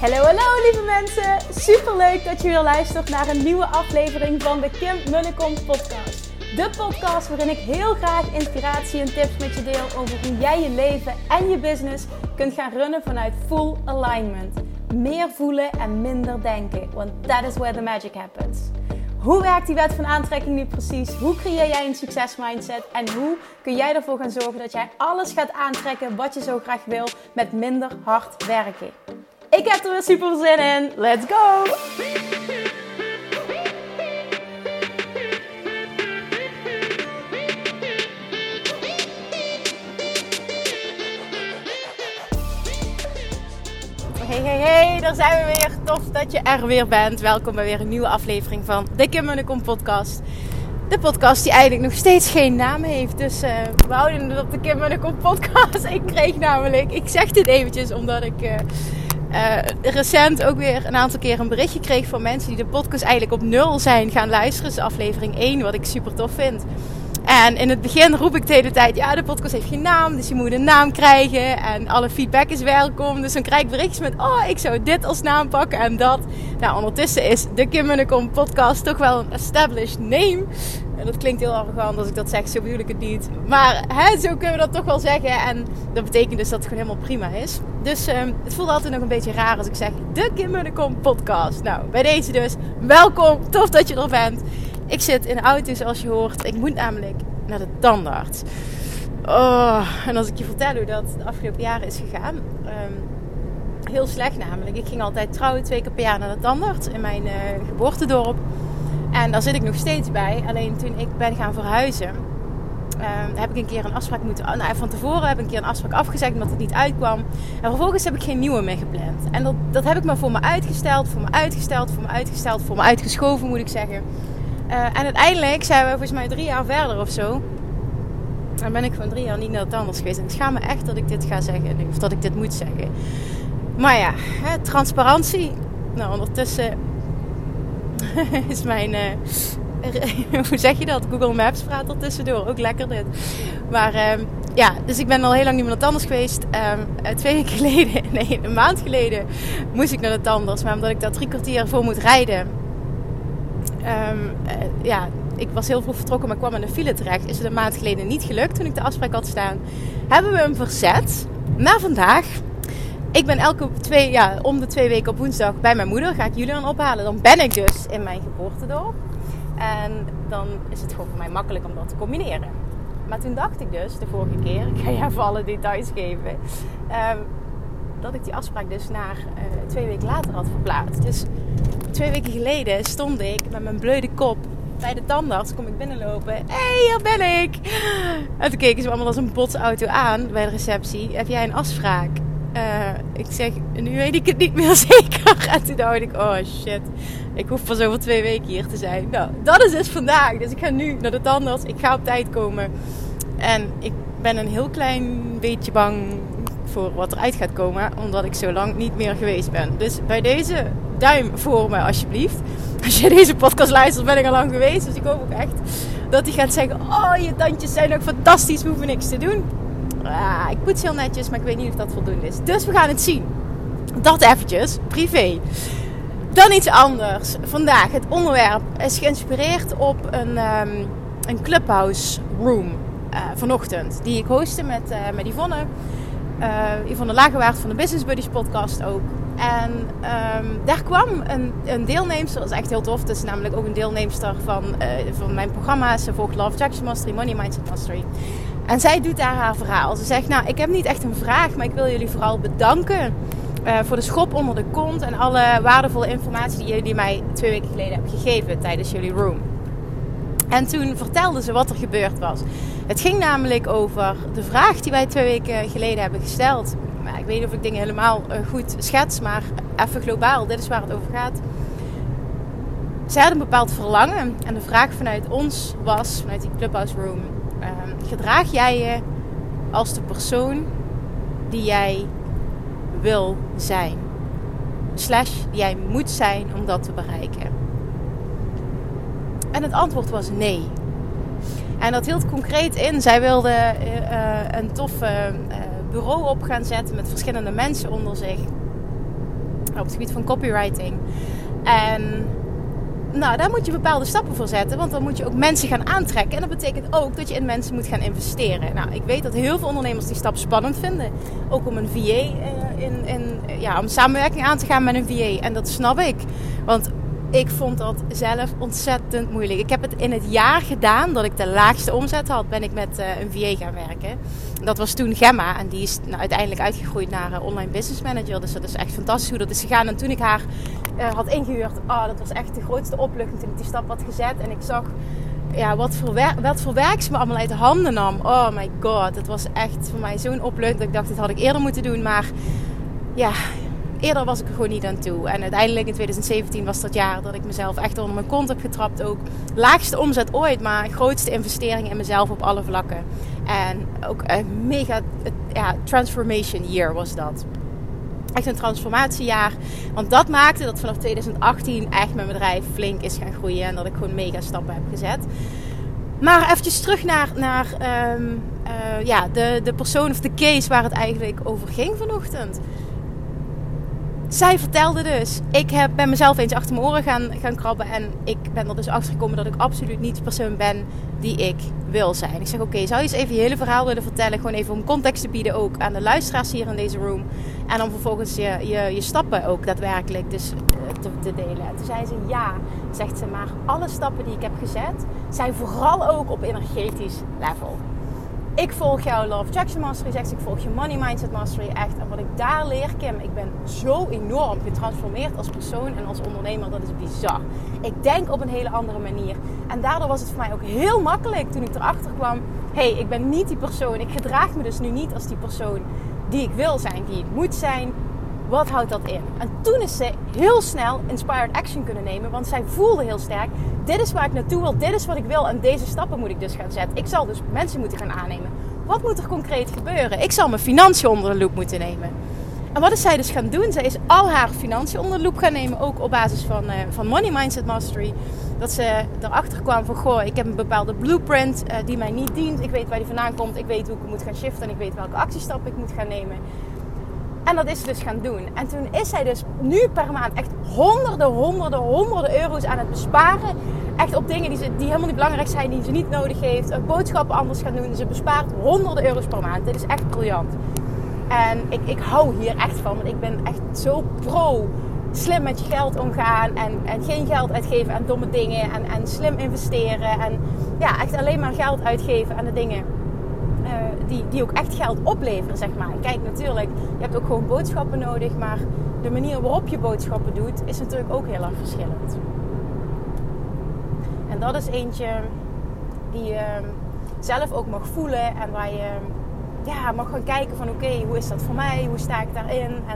Hallo lieve mensen, superleuk dat je weer luistert naar een nieuwe aflevering van de Kim Munnekom podcast. De podcast waarin ik heel graag inspiratie en tips met je deel over hoe jij je leven en je business kunt gaan runnen vanuit full alignment. Meer voelen en minder denken, want that is where the magic happens. Hoe werkt die wet van aantrekking nu precies? Hoe creëer jij een succesmindset? En hoe kun jij ervoor gaan zorgen dat jij alles gaat aantrekken wat je zo graag wil met minder hard werken? Ik heb er weer super zin in. Let's go! Hey, daar zijn we weer. Tof dat je er weer bent. Welkom bij weer een nieuwe aflevering van de Kim Munnekom podcast. De podcast die eigenlijk nog steeds geen naam heeft. Dus we houden het op de Kim Munnekom podcast. Ik zeg dit eventjes omdat ik recent ook weer een aantal keer een berichtje kreeg van mensen die de podcast eigenlijk op 0 zijn gaan luisteren. Dus aflevering 1, wat ik super tof vind. En in het begin roep ik de hele tijd, ja, de podcast heeft geen naam, dus je moet een naam krijgen. En alle feedback is welkom. Dus dan krijg ik berichtjes met, ik zou dit als naam pakken en dat. Nou, ondertussen is de Kim Munnekom podcast toch wel een established name. En dat klinkt heel arrogant als ik dat zeg, zo bedoel ik het niet. Maar zo kunnen we dat toch wel zeggen. En dat betekent dus dat het gewoon helemaal prima is. Dus het voelt altijd nog een beetje raar als ik zeg, de Kim Munnekom podcast. Nou, bij deze dus, welkom, tof dat je er bent. Ik zit in de auto zoals je hoort. Ik moet namelijk naar de tandarts. En als ik je vertel hoe dat de afgelopen jaren is gegaan. Heel slecht namelijk. Ik ging altijd trouw 2 keer per jaar naar de tandarts in mijn geboortedorp. En daar zit ik nog steeds bij. Alleen toen ik ben gaan verhuizen, heb ik een keer een afspraak van tevoren heb ik een keer een afspraak afgezegd omdat het niet uitkwam. En vervolgens heb ik geen nieuwe meer gepland. En dat heb ik maar voor me uitgeschoven moet ik zeggen. En uiteindelijk zijn we volgens mij 3 jaar verder of zo. Dan ben ik gewoon 3 jaar niet naar de tandarts geweest. En ik schaam me echt dat ik dit ga zeggen. Of dat ik dit moet zeggen. Maar ja, transparantie. Nou, ondertussen is mijn... hoe zeg je dat? Google Maps praat er tussendoor. Ook lekker dit. Maar dus ik ben al heel lang niet meer naar de tandarts geweest. 1 maand geleden moest ik naar de tandarts. Maar omdat ik daar 3 kwartier voor moet rijden... ik was heel vroeg vertrokken, maar kwam in een file terecht. Is het een maand geleden niet gelukt toen ik de afspraak had staan. Hebben we hem verzet naar vandaag. Ik ben om de 2 weken op woensdag bij mijn moeder. Ga ik Julian ophalen. Dan ben ik dus in mijn geboortedorp. En dan is het gewoon voor mij makkelijk om dat te combineren. Maar toen dacht ik dus, de vorige keer, ik ga je even alle details geven, dat ik die afspraak dus naar 2 weken later had verplaatst. Dus 2 weken geleden stond ik met mijn bleude kop bij de tandarts. Kom ik binnenlopen. Hé, hier ben ik! En toen keken ze me allemaal als een botsauto aan bij de receptie. Heb jij een afspraak? Ik zeg, nu weet ik het niet meer zeker. En toen dacht ik, oh shit. Ik hoef pas over 2 weken hier te zijn. Nou, dat is dus vandaag. Dus ik ga nu naar de tandarts. Ik ga op tijd komen. En ik ben een heel klein beetje bang voor wat eruit gaat komen. Omdat ik zo lang niet meer geweest ben. Dus bij deze duim voor me alsjeblieft. Als je deze podcast luistert ben ik al lang geweest. Dus ik hoop ook echt dat hij gaat zeggen, je tandjes zijn ook fantastisch. We hoeven niks te doen. Ik poets heel netjes, maar ik weet niet of dat voldoende is. Dus we gaan het zien. Dat eventjes, privé. Dan iets anders. Vandaag, het onderwerp is geïnspireerd op een Clubhouse room vanochtend. Die ik hostte met Yvonne. Yvonne Lagewaard van de Business Buddies podcast ook. En daar kwam een deelnemster, dat is echt heel tof. Het is namelijk ook een deelnemster van mijn programma. Ze volgt Love Attraction Mastery, Money Mindset Mastery. En zij doet daar haar verhaal. Ze zegt, ik heb niet echt een vraag, maar ik wil jullie vooral bedanken voor de schop onder de kont en alle waardevolle informatie die jullie mij 2 weken geleden hebben gegeven tijdens jullie room. En toen vertelde ze wat er gebeurd was. Het ging namelijk over de vraag die wij 2 weken geleden hebben gesteld. Ik weet niet of ik dingen helemaal goed schets, maar even globaal, dit is waar het over gaat. Zij had een bepaald verlangen en de vraag vanuit ons was, vanuit die Clubhouse room, gedraag jij je als de persoon die jij wil zijn? / die jij moet zijn om dat te bereiken? En het antwoord was nee. En dat hield concreet in. Zij wilde een tof bureau op gaan zetten met verschillende mensen onder zich. op het gebied van copywriting. En nou, daar moet je bepaalde stappen voor zetten. Want dan moet je ook mensen gaan aantrekken. En dat betekent ook dat je in mensen moet gaan investeren. Nou, ik weet dat heel veel ondernemers die stap spannend vinden. Ook om een VA om samenwerking aan te gaan met een VA. En dat snap ik. Want ik vond dat zelf ontzettend moeilijk. Ik heb het in het jaar gedaan dat ik de laagste omzet had. Ben ik met een VA gaan werken. Dat was toen Gemma. En die is uiteindelijk uitgegroeid naar online business manager. Dus dat is echt fantastisch hoe dat is gegaan. En toen ik haar had ingehuurd. Dat was echt de grootste opluchting toen ik die stap had gezet. En ik zag wat voor werk ze me allemaal uit de handen nam. Oh my god. Het was echt voor mij zo'n opluchting. Dat ik dacht, dit had ik eerder moeten doen. Maar ja, eerder was ik er gewoon niet aan toe. En uiteindelijk in 2017 was dat jaar dat ik mezelf echt onder mijn kont heb getrapt. Ook laagste omzet ooit, maar grootste investering in mezelf op alle vlakken. En ook een mega transformation year was dat. Echt een transformatiejaar. Want dat maakte dat vanaf 2018 echt mijn bedrijf flink is gaan groeien. En dat ik gewoon mega stappen heb gezet. Maar eventjes terug naar de persoon of de case waar het eigenlijk over ging vanochtend. Zij vertelde dus, ik ben mezelf eens achter mijn oren gaan krabben. En ik ben er dus achter gekomen dat ik absoluut niet de persoon ben die ik wil zijn. Ik zeg, oké, zou je eens even je hele verhaal willen vertellen? Gewoon even om context te bieden ook aan de luisteraars hier in deze room. En dan vervolgens je stappen ook daadwerkelijk dus te delen. En toen zei ze, ja, zegt ze, maar alle stappen die ik heb gezet zijn vooral ook op energetisch level. Ik volg jouw Law of Attraction Mastery, zegt ze, ik volg je Money Mindset Mastery, echt. En wat ik daar leer, Kim, ik ben zo enorm getransformeerd als persoon en als ondernemer, dat is bizar. Ik denk op een hele andere manier. En daardoor was het voor mij ook heel makkelijk toen ik erachter kwam, ik ben niet die persoon. Ik gedraag me dus nu niet als die persoon die ik wil zijn, die ik moet zijn. Wat houdt dat in? En toen is ze heel snel inspired action kunnen nemen. Want zij voelde heel sterk, dit is waar ik naartoe wil, dit is wat ik wil. En deze stappen moet ik dus gaan zetten. Ik zal dus mensen moeten gaan aannemen. Wat moet er concreet gebeuren? Ik zal mijn financiën onder de loep moeten nemen. En wat is zij dus gaan doen? Zij is al haar financiën onder de loep gaan nemen. Ook op basis van Money Mindset Mastery. Dat ze erachter kwam van, ik heb een bepaalde blueprint die mij niet dient. Ik weet waar die vandaan komt. Ik weet hoe ik hem moet gaan shiften. En ik weet welke actiestappen ik moet gaan nemen. En dat is ze dus gaan doen. En toen is zij dus nu per maand echt honderden euro's aan het besparen. Echt op dingen die helemaal niet belangrijk zijn, die ze niet nodig heeft. Boodschappen anders gaan doen. Ze bespaart honderden euro's per maand. Dit is echt briljant. En ik hou hier echt van. Want ik ben echt zo pro slim met je geld omgaan. En geen geld uitgeven aan domme dingen. En slim investeren. En ja, echt alleen maar geld uitgeven aan de dingen die ook echt geld opleveren, zeg maar. Kijk, natuurlijk, je hebt ook gewoon boodschappen nodig, maar de manier waarop je boodschappen doet, is natuurlijk ook heel erg verschillend. En dat is eentje die je zelf ook mag voelen en waar je mag gaan kijken van oké, hoe is dat voor mij? Hoe sta ik daarin? En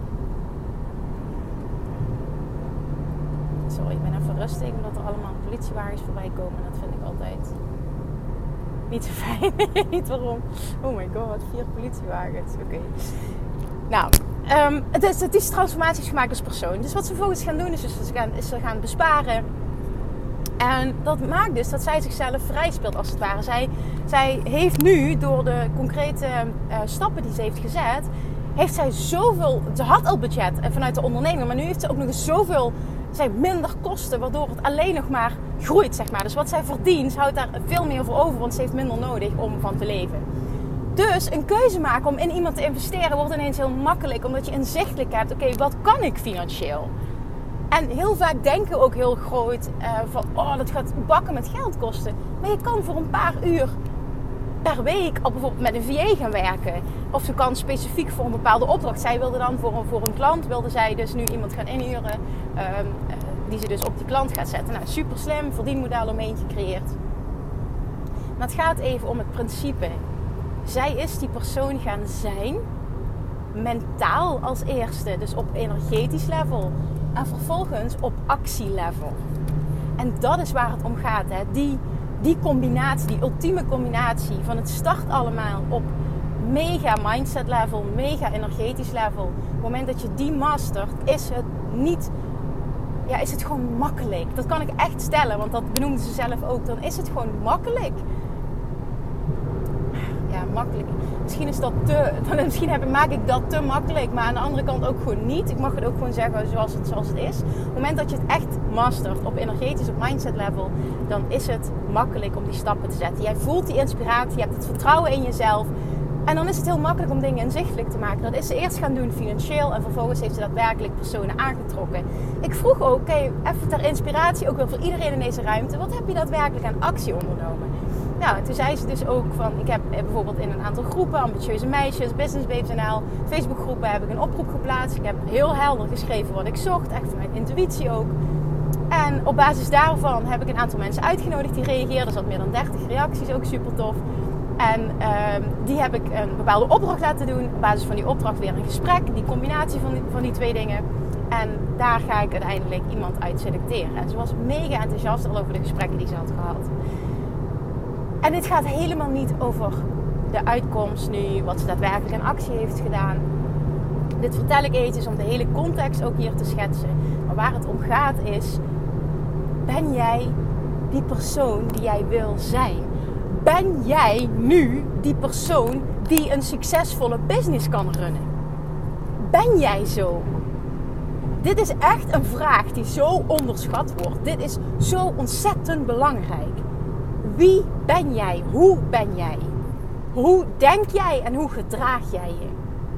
sorry, ik ben even rustig, omdat er allemaal politiewagens voorbij komen. Dat vind ik altijd niet zo fijn. Niet waarom. Oh my god, 4 politiewagens. Oké. Nou, het is transformaties gemaakt als persoon. Dus wat ze vervolgens gaan doen is ze gaan besparen. En dat maakt dus dat zij zichzelf vrij speelt als het ware. Zij heeft nu, door de concrete stappen die ze heeft gezet, heeft zij zoveel. Ze had al budget vanuit de onderneming, maar nu heeft ze ook nog eens zoveel. Zij minder kosten, waardoor het alleen nog maar groeit, zeg maar. Dus wat zij verdient, ze houdt daar veel meer voor over, want ze heeft minder nodig om van te leven. Dus een keuze maken om in iemand te investeren wordt ineens heel makkelijk, omdat je inzichtelijk hebt, oké, wat kan ik financieel? En heel vaak denken we ook heel groot van, dat gaat bakken met geld kosten. Maar je kan voor een paar uur per week al bijvoorbeeld met een VA gaan werken. Of ze kan specifiek voor een bepaalde opdracht. Zij wilde dan voor een klant, wilde zij dus nu iemand gaan inhuren die ze dus op die klant gaat zetten. Nou, super slim, verdienmodel omheen gecreëerd. Maar het gaat even om het principe. Zij is die persoon gaan zijn, mentaal als eerste, dus op energetisch level. En vervolgens op actielevel. En dat is waar het om gaat, hè. Die combinatie, die ultieme combinatie van het start allemaal op mega mindset level, mega energetisch level. Op het moment dat je die mastert, is het gewoon makkelijk. Dat kan ik echt stellen, want dat benoemde ze zelf ook. Dan is het gewoon makkelijk. Ja, ja, makkelijk. Misschien is dat maak ik dat te makkelijk. Maar aan de andere kant ook gewoon niet. Ik mag het ook gewoon zeggen zoals het is. Op het moment dat je het echt mastert op energetisch, op mindset level, dan is het makkelijk om die stappen te zetten. Jij voelt die inspiratie, je hebt het vertrouwen in jezelf. En dan is het heel makkelijk om dingen inzichtelijk te maken. Dat is ze eerst gaan doen financieel. En vervolgens heeft ze daadwerkelijk personen aangetrokken. Ik vroeg ook, even ter inspiratie, ook wel voor iedereen in deze ruimte. Wat heb je daadwerkelijk aan actie ondernomen? Nou, toen zei ze dus ook van, ik heb bijvoorbeeld in een aantal groepen, ambitieuze meisjes, Business Babes NL, Facebook groepen, heb ik een oproep geplaatst. Ik heb heel helder geschreven wat ik zocht, echt vanuit intuïtie ook. En op basis daarvan heb ik een aantal mensen uitgenodigd die reageerden. Er zat meer dan 30 reacties, ook super tof. En die heb ik een bepaalde opdracht laten doen. Op basis van die opdracht weer een gesprek. Die combinatie van die twee dingen. En daar ga ik uiteindelijk iemand uit selecteren. En ze was mega enthousiast al over de gesprekken die ze had gehad. En dit gaat helemaal niet over de uitkomst nu. Wat ze daadwerkelijk in actie heeft gedaan. Dit vertel ik eventjes om de hele context ook hier te schetsen. Maar waar het om gaat is, ben jij die persoon die jij wil zijn? Ben jij nu die persoon die een succesvolle business kan runnen? Ben jij zo? Dit is echt een vraag die zo onderschat wordt. Dit is zo ontzettend belangrijk. Wie ben jij? Hoe ben jij? Hoe denk jij en hoe gedraag jij je?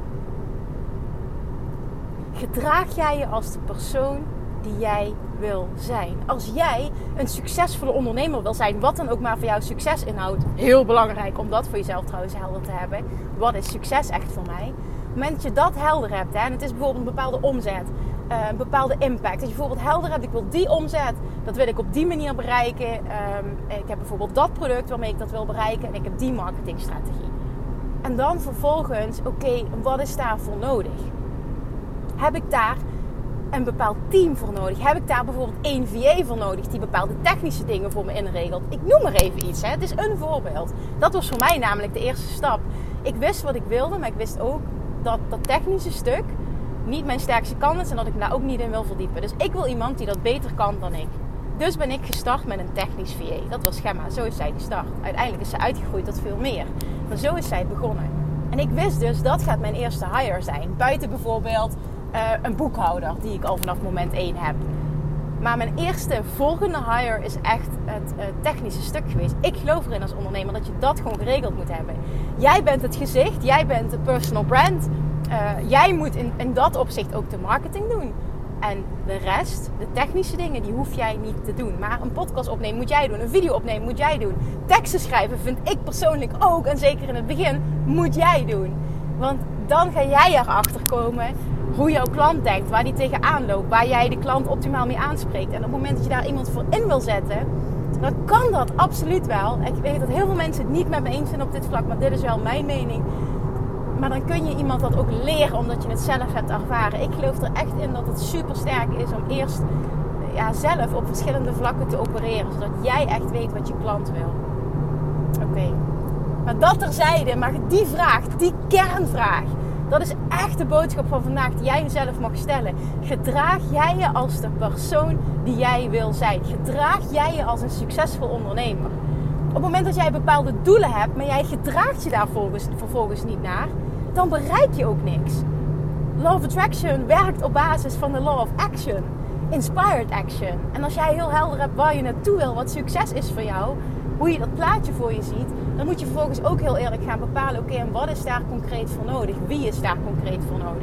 Gedraag jij je als de persoon die jij wil zijn? Als jij een succesvolle ondernemer wil zijn, wat dan ook maar voor jou succes inhoudt, heel belangrijk om dat voor jezelf trouwens helder te hebben. Wat is succes echt voor mij? Op het moment dat je dat helder hebt, en het is bijvoorbeeld een bepaalde omzet, een bepaalde impact. Als je bijvoorbeeld helder hebt, ik wil die omzet, dat wil ik op die manier bereiken. Ik heb bijvoorbeeld dat product waarmee ik dat wil bereiken en ik heb die marketingstrategie. En dan vervolgens, oké, wat is daarvoor nodig? Heb ik daar een bepaald team voor nodig? Heb ik daar bijvoorbeeld één VA voor nodig die bepaalde technische dingen voor me inregelt? Ik noem maar even iets. Het is een voorbeeld. Dat was voor mij namelijk de eerste stap. Ik wist wat ik wilde, maar ik wist ook dat dat technische stuk niet mijn sterkste kant is en dat ik me daar ook niet in wil verdiepen. Dus ik wil iemand die dat beter kan dan ik. Dus ben ik gestart met een technisch VA. Dat was Gemma. Zo is zij gestart. Uiteindelijk is ze uitgegroeid tot veel meer. Maar zo is zij begonnen. En ik wist dus, dat gaat mijn eerste hire zijn. Buiten bijvoorbeeld een boekhouder die ik al vanaf moment 1 heb. Maar mijn eerste volgende hire is echt het technische stuk geweest. Ik geloof erin als ondernemer dat je dat gewoon geregeld moet hebben. Jij bent het gezicht, jij bent de personal brand. Jij moet in dat opzicht ook de marketing doen. En de rest, de technische dingen, die hoef jij niet te doen. Maar een podcast opnemen moet jij doen. Een video opnemen moet jij doen. Teksten schrijven vind ik persoonlijk ook, en zeker in het begin, moet jij doen. Want dan ga jij erachter komen hoe jouw klant denkt, waar die tegenaan loopt, waar jij de klant optimaal mee aanspreekt. En op het moment dat je daar iemand voor in wil zetten, dan kan dat absoluut wel. Ik weet dat heel veel mensen het niet met me eens zijn op dit vlak, maar dit is wel mijn mening. Maar dan kun je iemand dat ook leren, omdat je het zelf hebt ervaren. Ik geloof er echt in dat het super sterk is om eerst zelf op verschillende vlakken te opereren, zodat jij echt weet wat je klant wil. Oké. Maar dat terzijde, maar die vraag, die kernvraag, dat is echt de boodschap van vandaag die jij jezelf mag stellen. Gedraag jij je als de persoon die jij wil zijn? Gedraag jij je als een succesvol ondernemer? Op het moment dat jij bepaalde doelen hebt, maar jij gedraagt je daar vervolgens niet naar, dan bereik je ook niks. Law of Attraction werkt op basis van de Law of Action. Inspired Action. En als jij heel helder hebt waar je naartoe wil, wat succes is voor jou, hoe je dat plaatje voor je ziet, dan moet je vervolgens ook heel eerlijk gaan bepalen, oké, en wat is daar concreet voor nodig? Wie is daar concreet voor nodig?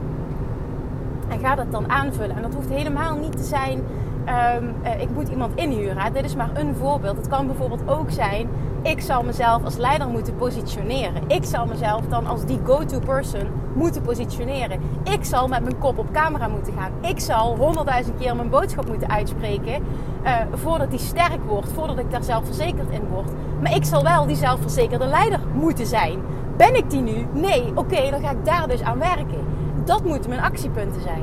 En ga dat dan aanvullen. En dat hoeft helemaal niet te zijn, ik moet iemand inhuren. Hè? Dit is maar een voorbeeld. Het kan bijvoorbeeld ook zijn, ik zal mezelf als leider moeten positioneren. Ik zal mezelf dan als die go-to person moeten positioneren. Ik zal met mijn kop op camera moeten gaan. Ik zal 100.000 keer mijn boodschap moeten uitspreken voordat die sterk wordt, voordat ik daar zelfverzekerd in word. Maar ik zal wel die zelfverzekerde leider moeten zijn. Ben ik die nu? Nee. Oké, dan ga ik daar dus aan werken. Dat moeten mijn actiepunten zijn.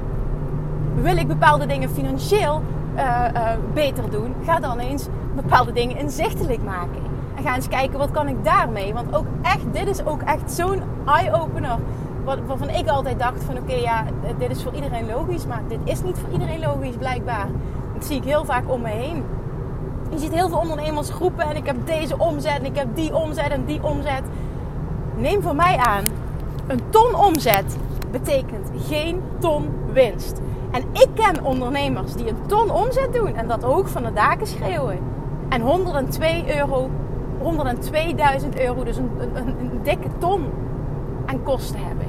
Wil ik bepaalde dingen financieel beter doen? Ga dan eens bepaalde dingen inzichtelijk maken. En ga eens kijken, wat kan ik daarmee? Want ook echt, dit is ook echt zo'n eye-opener. Waarvan ik altijd dacht van oké, dit is voor iedereen logisch. Maar dit is niet voor iedereen logisch, blijkbaar. Dat zie ik heel vaak om me heen. Je ziet heel veel ondernemers roepen en ik heb deze omzet en ik heb die omzet en die omzet. Neem voor mij aan, een ton omzet betekent geen ton winst. En ik ken ondernemers die een ton omzet doen en dat hoog van de daken schreeuwen. En 102.000 euro, dus een dikke ton aan kosten hebben.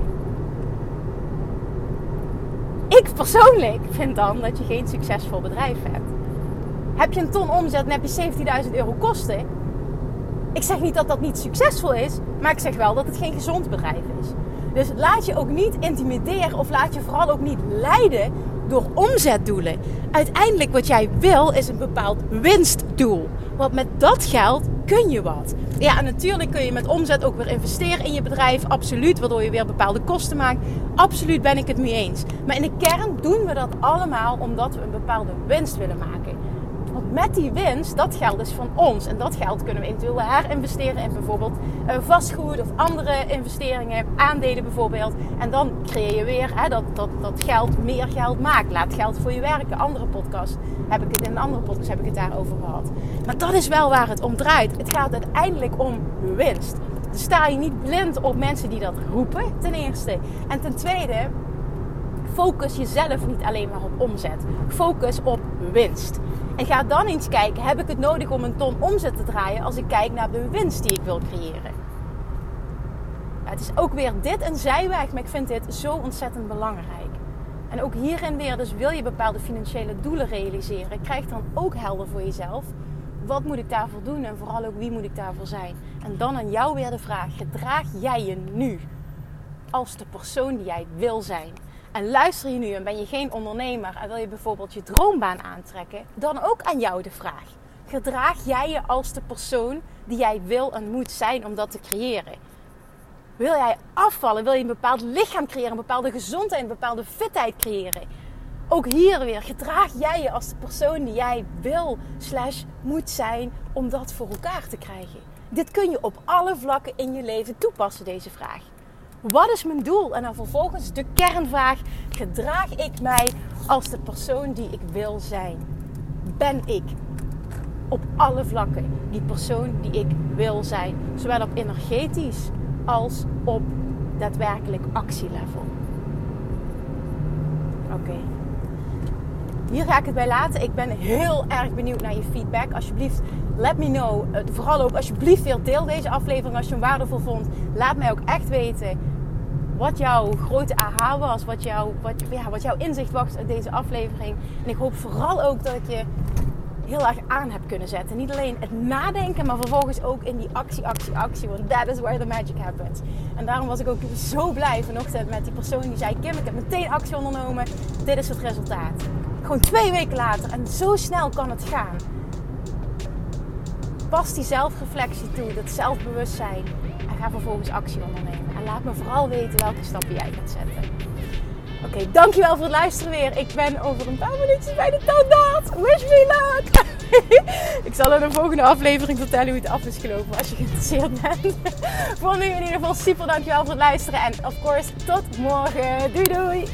Ik persoonlijk vind dan dat je geen succesvol bedrijf hebt. Heb je een ton omzet en heb je 17.000 euro kosten? Ik zeg niet dat dat niet succesvol is, maar ik zeg wel dat het geen gezond bedrijf is. Dus laat je ook niet intimideren of laat je vooral ook niet leiden door omzetdoelen. Uiteindelijk wat jij wil is een bepaald winstdoel. Want met dat geld kun je wat. Ja, en natuurlijk kun je met omzet ook weer investeren in je bedrijf. Absoluut, waardoor je weer bepaalde kosten maakt. Absoluut ben ik het mee eens. Maar in de kern doen we dat allemaal omdat we een bepaalde winst willen maken. Want met die winst, dat geld is van ons. En dat geld kunnen we eventueel herinvesteren in bijvoorbeeld vastgoed of andere investeringen, aandelen bijvoorbeeld. En dan creëer je weer dat geld meer geld maakt. Laat geld voor je werken. In een andere podcast heb ik het daarover gehad. Maar dat is wel waar het om draait. Het gaat uiteindelijk om winst. Dus sta je niet blind op mensen die dat roepen, ten eerste. En ten tweede, focus jezelf niet alleen maar op omzet. Focus op winst. En ga dan eens kijken, heb ik het nodig om een ton omzet te draaien als ik kijk naar de winst die ik wil creëren? Ja, het is ook weer dit een zijweg, maar ik vind dit zo ontzettend belangrijk. En ook hierin weer, dus wil je bepaalde financiële doelen realiseren, krijg dan ook helder voor jezelf. Wat moet ik daarvoor doen en vooral ook wie moet ik daarvoor zijn? En dan aan jou weer de vraag, gedraag jij je nu als de persoon die jij wil zijn? En luister je nu en ben je geen ondernemer en wil je bijvoorbeeld je droombaan aantrekken, dan ook aan jou de vraag. Gedraag jij je als de persoon die jij wil en moet zijn om dat te creëren? Wil jij afvallen? Wil je een bepaald lichaam creëren, een bepaalde gezondheid, een bepaalde fitheid creëren? Ook hier weer, gedraag jij je als de persoon die jij wil / moet zijn om dat voor elkaar te krijgen? Dit kun je op alle vlakken in je leven toepassen, deze vraag. Wat is mijn doel? En dan vervolgens de kernvraag, gedraag ik mij als de persoon die ik wil zijn? Ben ik op alle vlakken die persoon die ik wil zijn? Zowel op energetisch als op daadwerkelijk actielevel. Oké. Hier ga ik het bij laten. Ik ben heel erg benieuwd naar je feedback. Alsjeblieft, let me know. Vooral ook alsjeblieft weer deel deze aflevering als je hem waardevol vond. Laat mij ook echt weten wat jouw grote aha was. Wat jouw inzicht was uit deze aflevering. En ik hoop vooral ook dat ik je heel erg aan heb kunnen zetten. Niet alleen het nadenken, maar vervolgens ook in die actie. Want that is where the magic happens. En daarom was ik ook zo blij vanochtend met die persoon die zei, Kim, ik heb meteen actie ondernomen. Dit is het resultaat. Gewoon 2 weken later. En zo snel kan het gaan. Pas die zelfreflectie toe, dat zelfbewustzijn. En ga vervolgens actie ondernemen. En laat me vooral weten welke stappen jij gaat zetten. Oké, dankjewel voor het luisteren weer. Ik ben over een paar minuutjes bij de tandarts. Wish me luck! Ik zal in de volgende aflevering vertellen hoe het af is gelopen als je geïnteresseerd bent. Voor nu in ieder geval super dankjewel voor het luisteren. En of course, tot morgen. Doei doei!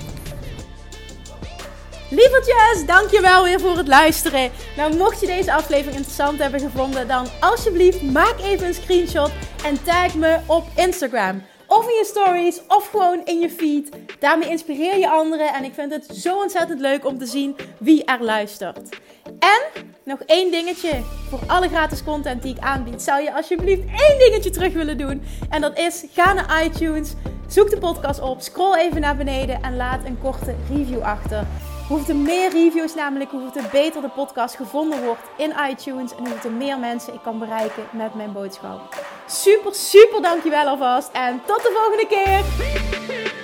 Lievertjes, dankjewel weer voor het luisteren. Nou, mocht je deze aflevering interessant hebben gevonden, dan alsjeblieft maak even een screenshot en tag me op Instagram. Of in je stories, of gewoon in je feed. Daarmee inspireer je anderen en ik vind het zo ontzettend leuk om te zien wie er luistert. En nog 1 dingetje. Voor alle gratis content die ik aanbied, zou je alsjeblieft 1 dingetje terug willen doen. En dat is, ga naar iTunes, zoek de podcast op, scroll even naar beneden en laat een korte review achter. Hoeveel meer reviews namelijk, hoeveel beter de podcast gevonden wordt in iTunes. En hoeveel meer mensen ik kan bereiken met mijn boodschap. Super, super dankjewel alvast. En tot de volgende keer.